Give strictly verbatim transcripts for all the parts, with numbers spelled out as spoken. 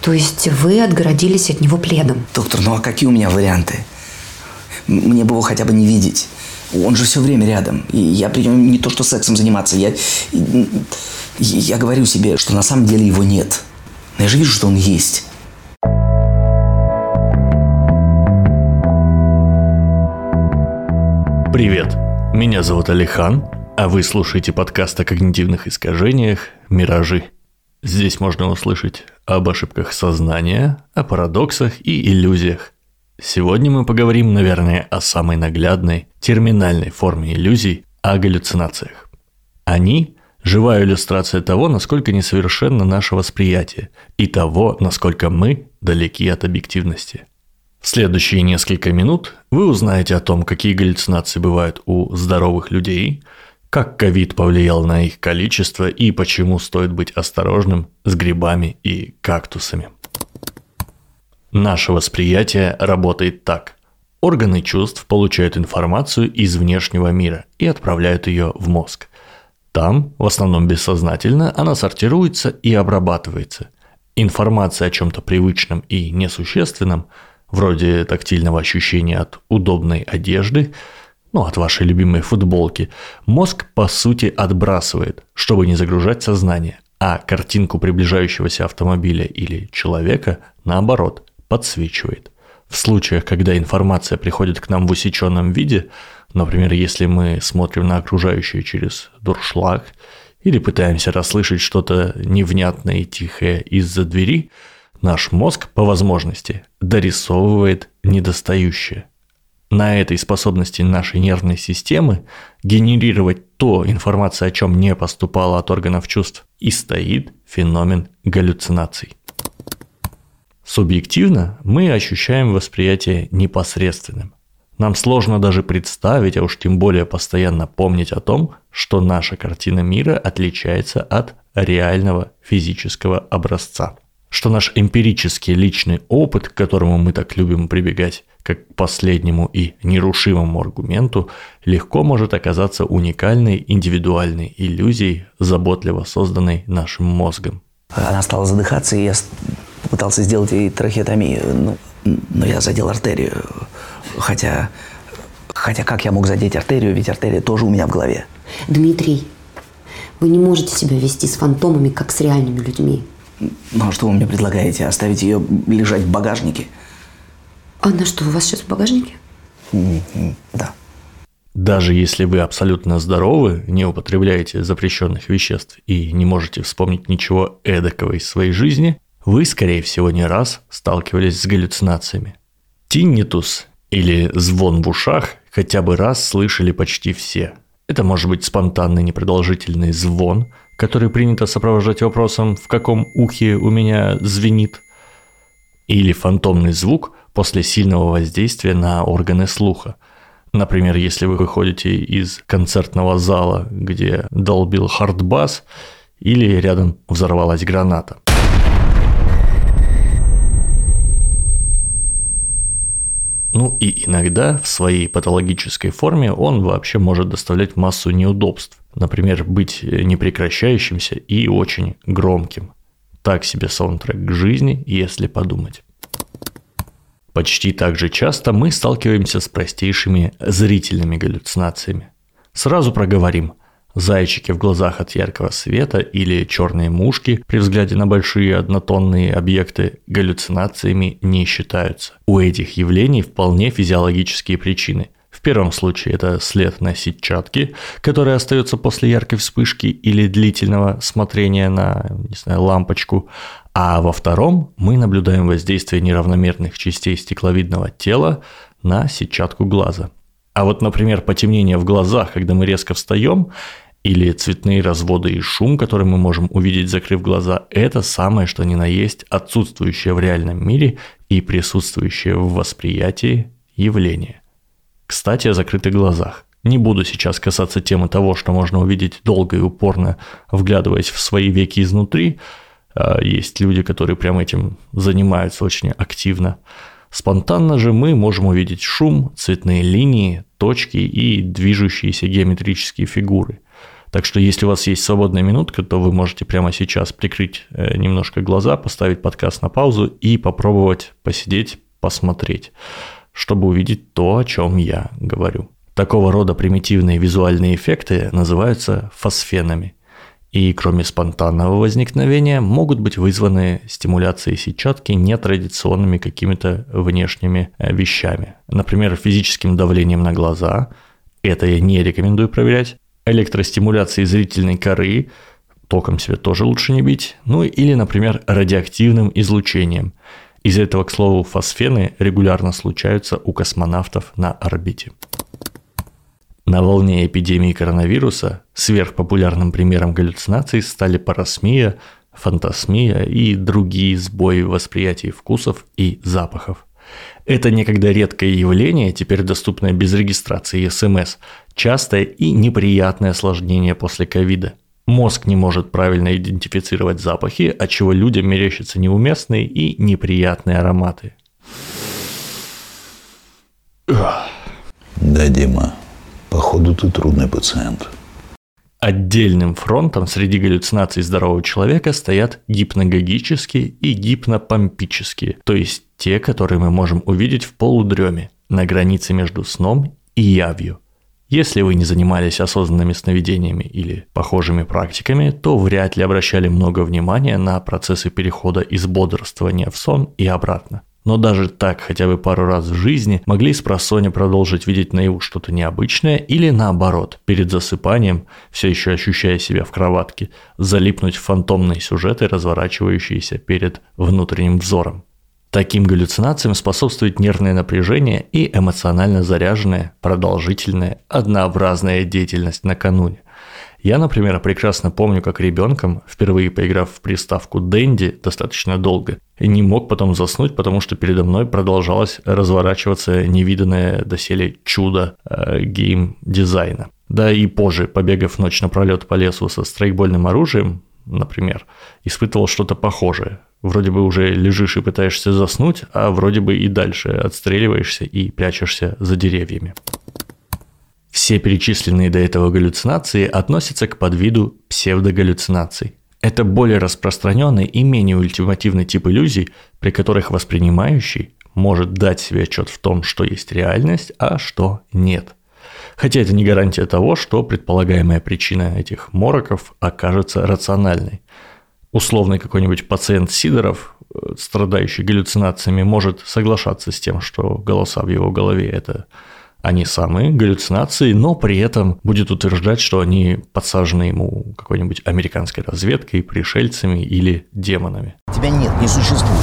То есть вы отгородились от него пледом? Доктор, ну а какие у меня варианты? Мне бы его хотя бы не видеть. Он же все время рядом. И я при нем не то что сексом заниматься. Я, я говорю себе, что на самом деле его нет. Но я же вижу, что он есть. Привет, меня зовут Алихан, а вы слушаете подкаст о когнитивных искажениях «Миражи». Здесь можно услышать об ошибках сознания, о парадоксах и иллюзиях. Сегодня мы поговорим, наверное, о самой наглядной, терминальной форме иллюзий – о галлюцинациях. Они – живая иллюстрация того, насколько несовершенно наше восприятие, и того, насколько мы далеки от объективности. В следующие несколько минут вы узнаете о том, какие галлюцинации бывают у здоровых людей, как ковид повлиял на их количество и почему стоит быть осторожным с грибами и кактусами. Наше восприятие работает так. Органы чувств получают информацию из внешнего мира и отправляют ее в мозг. Там, в основном бессознательно, она сортируется и обрабатывается. Информация о чем-то привычном и несущественном, вроде тактильного ощущения от удобной одежды, ну, от вашей любимой футболки, мозг, по сути, отбрасывает, чтобы не загружать сознание, а картинку приближающегося автомобиля или человека, наоборот, подсвечивает. В случаях, когда информация приходит к нам в усеченном виде, например, если мы смотрим на окружающее через дуршлаг или пытаемся расслышать что-то невнятное и тихое из-за двери, наш мозг, по возможности, дорисовывает недостающее. На этой способности нашей нервной системы генерировать то информацию, о чем не поступала от органов чувств, и стоит феномен галлюцинаций. Субъективно мы ощущаем восприятие непосредственным. Нам сложно даже представить, а уж тем более постоянно помнить о том, что наша картина мира отличается от реального физического образца. Что наш эмпирический личный опыт, к которому мы так любим прибегать, как к последнему и нерушимому аргументу, легко может оказаться уникальной индивидуальной иллюзией, заботливо созданной нашим мозгом. Она стала задыхаться, и я попытался сделать ей трахеотомию, ну, но я задел артерию. Хотя, хотя как я мог задеть артерию, ведь артерия тоже у меня в голове. Дмитрий, вы не можете себя вести с фантомами, как с реальными людьми. Ну, а что вы мне предлагаете? Оставить ее лежать в багажнике? Она что, у вас сейчас в багажнике? Mm-hmm. Да. Даже если вы абсолютно здоровы, не употребляете запрещенных веществ и не можете вспомнить ничего эдакого из своей жизни, вы, скорее всего, не раз сталкивались с галлюцинациями. Тиннитус, или звон в ушах, хотя бы раз слышали почти все. Это может быть спонтанный непродолжительный звон, который принято сопровождать вопросом «в каком ухе у меня звенит?», или фантомный звук после сильного воздействия на органы слуха. Например, если вы выходите из концертного зала, где долбил хардбас, или рядом взорвалась граната. Ну и иногда в своей патологической форме он вообще может доставлять массу неудобств. Например, быть непрекращающимся и очень громким. Так себе саундтрек к жизни, если подумать. Почти так же часто мы сталкиваемся с простейшими зрительными галлюцинациями. Сразу проговорим. Зайчики в глазах от яркого света или черные мушки при взгляде на большие однотонные объекты галлюцинациями не считаются. У этих явлений вполне физиологические причины. В первом случае это след на сетчатке, который остается после яркой вспышки или длительного смотрения на, не знаю, лампочку. А во втором мы наблюдаем воздействие неравномерных частей стекловидного тела на сетчатку глаза. А вот, например, потемнение в глазах, когда мы резко встаем, или цветные разводы и шум, который мы можем увидеть, закрыв глаза, это самое что ни на есть отсутствующее в реальном мире и присутствующее в восприятии явление. Кстати, о закрытых глазах. Не буду сейчас касаться темы того, что можно увидеть долго и упорно, вглядываясь в свои веки изнутри. Есть люди, которые прямо этим занимаются очень активно. Спонтанно же мы можем увидеть шум, цветные линии, точки и движущиеся геометрические фигуры. Так что если у вас есть свободная минутка, то вы можете прямо сейчас прикрыть немножко глаза, поставить подкаст на паузу и попробовать посидеть, посмотреть, чтобы увидеть то, о чем я говорю. Такого рода примитивные визуальные эффекты называются фосфенами. И кроме спонтанного возникновения могут быть вызваны стимуляцией сетчатки нетрадиционными какими-то внешними вещами. Например, физическим давлением на глаза, это я не рекомендую проверять, электростимуляцией зрительной коры, током себя тоже лучше не бить, ну или, например, радиоактивным излучением. Из-за этого, к слову, фосфены регулярно случаются у космонавтов на орбите. На волне эпидемии коронавируса сверхпопулярным примером галлюцинаций стали парасмия, фантасмия и другие сбои в восприятии вкусов и запахов. Это некогда редкое явление, теперь доступное без регистрации и эс эм эс, частое и неприятное осложнение после ковида. Мозг не может правильно идентифицировать запахи, отчего людям мерещатся неуместные и неприятные ароматы. Да, Дима. Походу, ты трудный пациент. Отдельным фронтом среди галлюцинаций здорового человека стоят гипногогические и гипнопомпические, то есть те, которые мы можем увидеть в полудреме, на границе между сном и явью. Если вы не занимались осознанными сновидениями или похожими практиками, то вряд ли обращали много внимания на процессы перехода из бодрствования в сон и обратно. Но даже так хотя бы пару раз в жизни могли спросонья продолжить видеть наяву что-то необычное или наоборот, перед засыпанием, все еще ощущая себя в кроватке, залипнуть в фантомные сюжеты, разворачивающиеся перед внутренним взором. Таким галлюцинациям способствует нервное напряжение и эмоционально заряженная, продолжительная, однообразная деятельность накануне. Я, например, прекрасно помню, как ребенком, впервые поиграв в приставку Dendy достаточно долго, не мог потом заснуть, потому что передо мной продолжалось разворачиваться невиданное доселе чудо э, гейм-дизайна. Да и позже, побегав ночь напролет по лесу со страйкбольным оружием, например, испытывал что-то похожее. Вроде бы уже лежишь и пытаешься заснуть, а вроде бы и дальше отстреливаешься и прячешься за деревьями. Все перечисленные до этого галлюцинации относятся к подвиду псевдогаллюцинаций. Это более распространенный и менее ультимативный тип иллюзий, при которых воспринимающий может дать себе отчет в том, что есть реальность, а что нет. Хотя это не гарантия того, что предполагаемая причина этих мороков окажется рациональной. Условный какой-нибудь пациент Сидоров, страдающий галлюцинациями, может соглашаться с тем, что голоса в его голове – это они самые галлюцинации, но при этом будет утверждать, что они подсажены ему какой-нибудь американской разведкой, пришельцами или демонами. Тебя нет, не существует.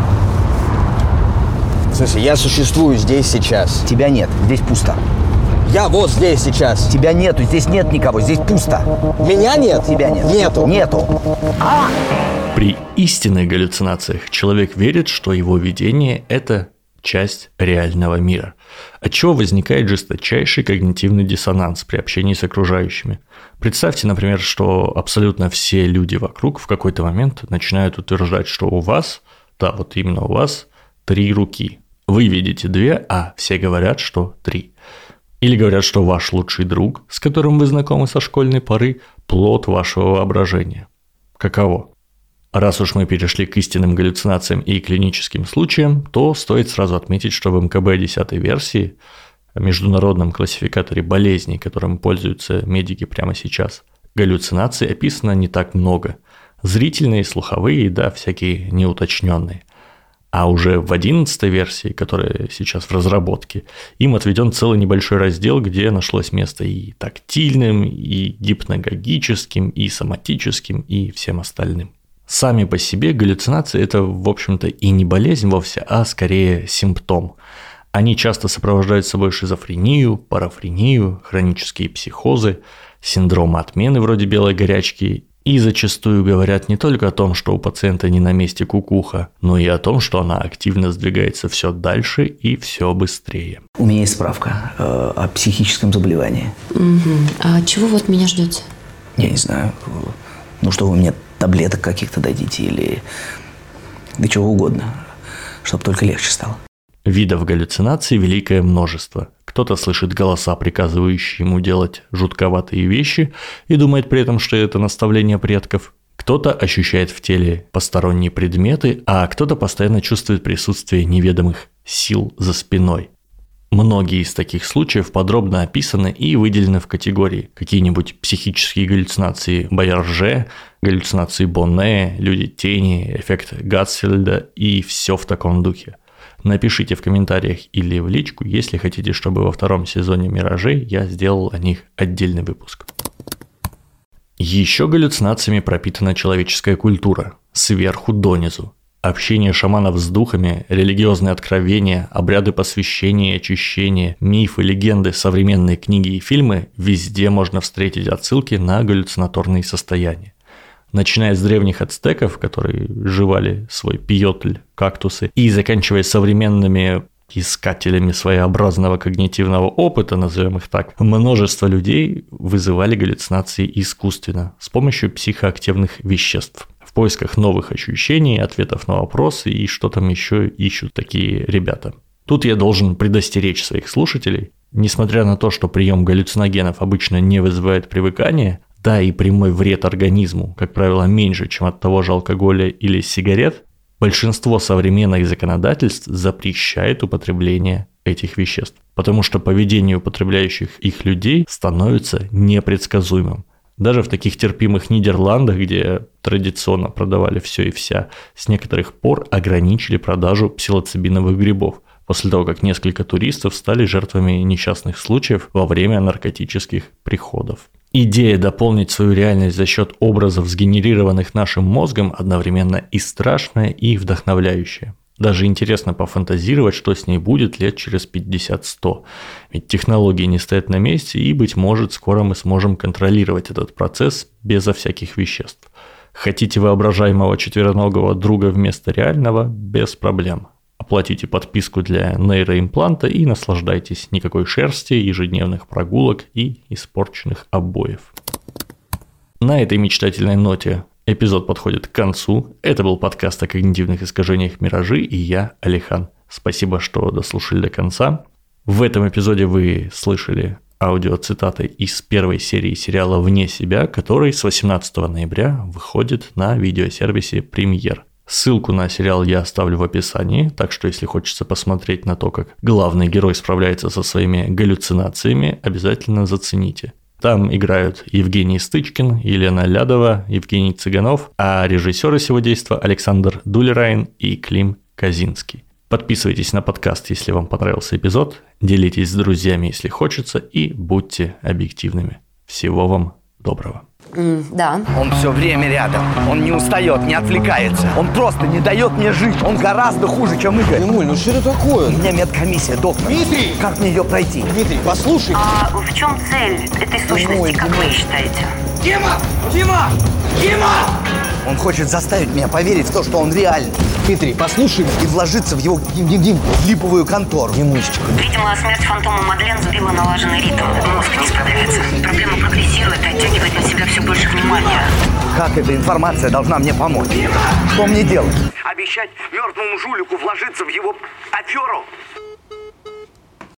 Слушай, я существую здесь сейчас. Тебя нет, здесь пусто. Я вот здесь сейчас. Тебя нету, здесь нет никого, здесь пусто. Меня нет? Тебя нет. Нету. Нету. А! При истинных галлюцинациях человек верит, что его видение – это часть реального мира, отчего возникает жесточайший когнитивный диссонанс при общении с окружающими. Представьте, например, что абсолютно все люди вокруг в какой-то момент начинают утверждать, что у вас, да, вот именно у вас, три руки. Вы видите две, а все говорят, что три. Или говорят, что ваш лучший друг, с которым вы знакомы со школьной поры, плод вашего воображения. Каково? Раз уж мы перешли к истинным галлюцинациям и клиническим случаям, то стоит сразу отметить, что в эм ка бэ десятой версии, международном классификаторе болезней, которым пользуются медики прямо сейчас, галлюцинаций описано не так много. Зрительные, слуховые, да, всякие неуточненные. А уже в одиннадцатой версии, которая сейчас в разработке, им отведен целый небольшой раздел, где нашлось место и тактильным, и гипногогическим, и соматическим, и всем остальным. Сами по себе галлюцинации – это, в общем-то, и не болезнь вовсе, а скорее симптом. Они часто сопровождают собой шизофрению, парафрению, хронические психозы, синдромы отмены вроде белой горячки и зачастую говорят не только о том, что у пациента не на месте кукуха, но и о том, что она активно сдвигается все дальше и все быстрее. У меня есть справка э, о психическом заболевании. Угу. А чего вы от меня ждете? Я не знаю. Ну, что вы мне таблеток каких-то дадите или да чего угодно, чтобы только легче стало. Видов галлюцинаций великое множество. К кто-то слышит голоса, приказывающие ему делать жутковатые вещи, и думает при этом, что это наставление предков. Кто-то ощущает в теле посторонние предметы, а кто-то постоянно чувствует присутствие неведомых сил за спиной. Многие из таких случаев подробно описаны и выделены в категории: какие-нибудь психические галлюцинации Байерже, галлюцинации Бонне, люди тени, эффект Гатсфельда и все в таком духе. Напишите в комментариях или в личку, если хотите, чтобы во втором сезоне «Миражей» я сделал о них отдельный выпуск. Еще галлюцинациями пропитана человеческая культура, сверху донизу. Общение шаманов с духами, религиозные откровения, обряды посвящения и очищения, мифы, легенды, современные книги и фильмы – везде можно встретить отсылки на галлюцинаторные состояния. Начиная с древних ацтеков, которые жевали свой пиотль, кактусы, и заканчивая современными искателями своеобразного когнитивного опыта, назовем их так, множество людей вызывали галлюцинации искусственно, с помощью психоактивных веществ. В поисках новых ощущений, ответов на вопросы и что там еще ищут такие ребята. Тут я должен предостеречь своих слушателей. Несмотря на то, что прием галлюциногенов обычно не вызывает привыкания, да и прямой вред организму, как правило, меньше, чем от того же алкоголя или сигарет, большинство современных законодательств запрещает употребление этих веществ, потому что поведение употребляющих их людей становится непредсказуемым. Даже в таких терпимых Нидерландах, где традиционно продавали все и вся, с некоторых пор ограничили продажу псилоцибиновых грибов, после того, как несколько туристов стали жертвами несчастных случаев во время наркотических приходов. Идея дополнить свою реальность за счет образов, сгенерированных нашим мозгом, одновременно и страшная, и вдохновляющая. Даже интересно пофантазировать, что с ней будет лет через пятьдесят-сто. Ведь технологии не стоят на месте, и, быть может, скоро мы сможем контролировать этот процесс безо всяких веществ. Хотите воображаемого четвероногого друга вместо реального – без проблем. Оплатите подписку для нейроимпланта и наслаждайтесь. Никакой шерсти, ежедневных прогулок и испорченных обоев. На этой мечтательной ноте эпизод подходит к концу. Это был подкаст о когнитивных искажениях «Миражи» и я, Алихан. Спасибо, что дослушали до конца. В этом эпизоде вы слышали аудиоцитаты из первой серии сериала «Вне себя», который с восемнадцатого ноября выходит на видеосервисе «Премьер». Ссылку на сериал я оставлю в описании, так что если хочется посмотреть на то, как главный герой справляется со своими галлюцинациями, обязательно зацените. Там играют Евгений Стычкин, Елена Лядова, Евгений Цыганов, а режиссеры сего действа Александр Дулерайн и Клим Казинский. Подписывайтесь на подкаст, если вам понравился эпизод, делитесь с друзьями, если хочется, и будьте объективными. Всего вам доброго. М, да. Он все время рядом. Он не устает, не отвлекается. Он просто не дает мне жить. Он гораздо хуже, чем Игорь. Димуль, ну что это такое? У меня медкомиссия, доктор. Дмитрий! Как мне ее пройти? Дмитрий, послушай. А в чем цель этой сущности, Ой, как Дима. вы считаете? Дима! Дима! Дима! Он хочет заставить меня поверить в то, что он реальный. Дмитрий, послушай. И вложиться в его Дим, Дим, Дим, липовую контору. Димусечка. Видимо, смерть фантома Мадлен сбила налаженный ритм. Мозг не справляется. Проблема прогрессирует и оттягивает на себя все больше внимания. Как эта информация должна мне помочь? Что мне делать? Обещать мертвому жулику вложиться в его аферу?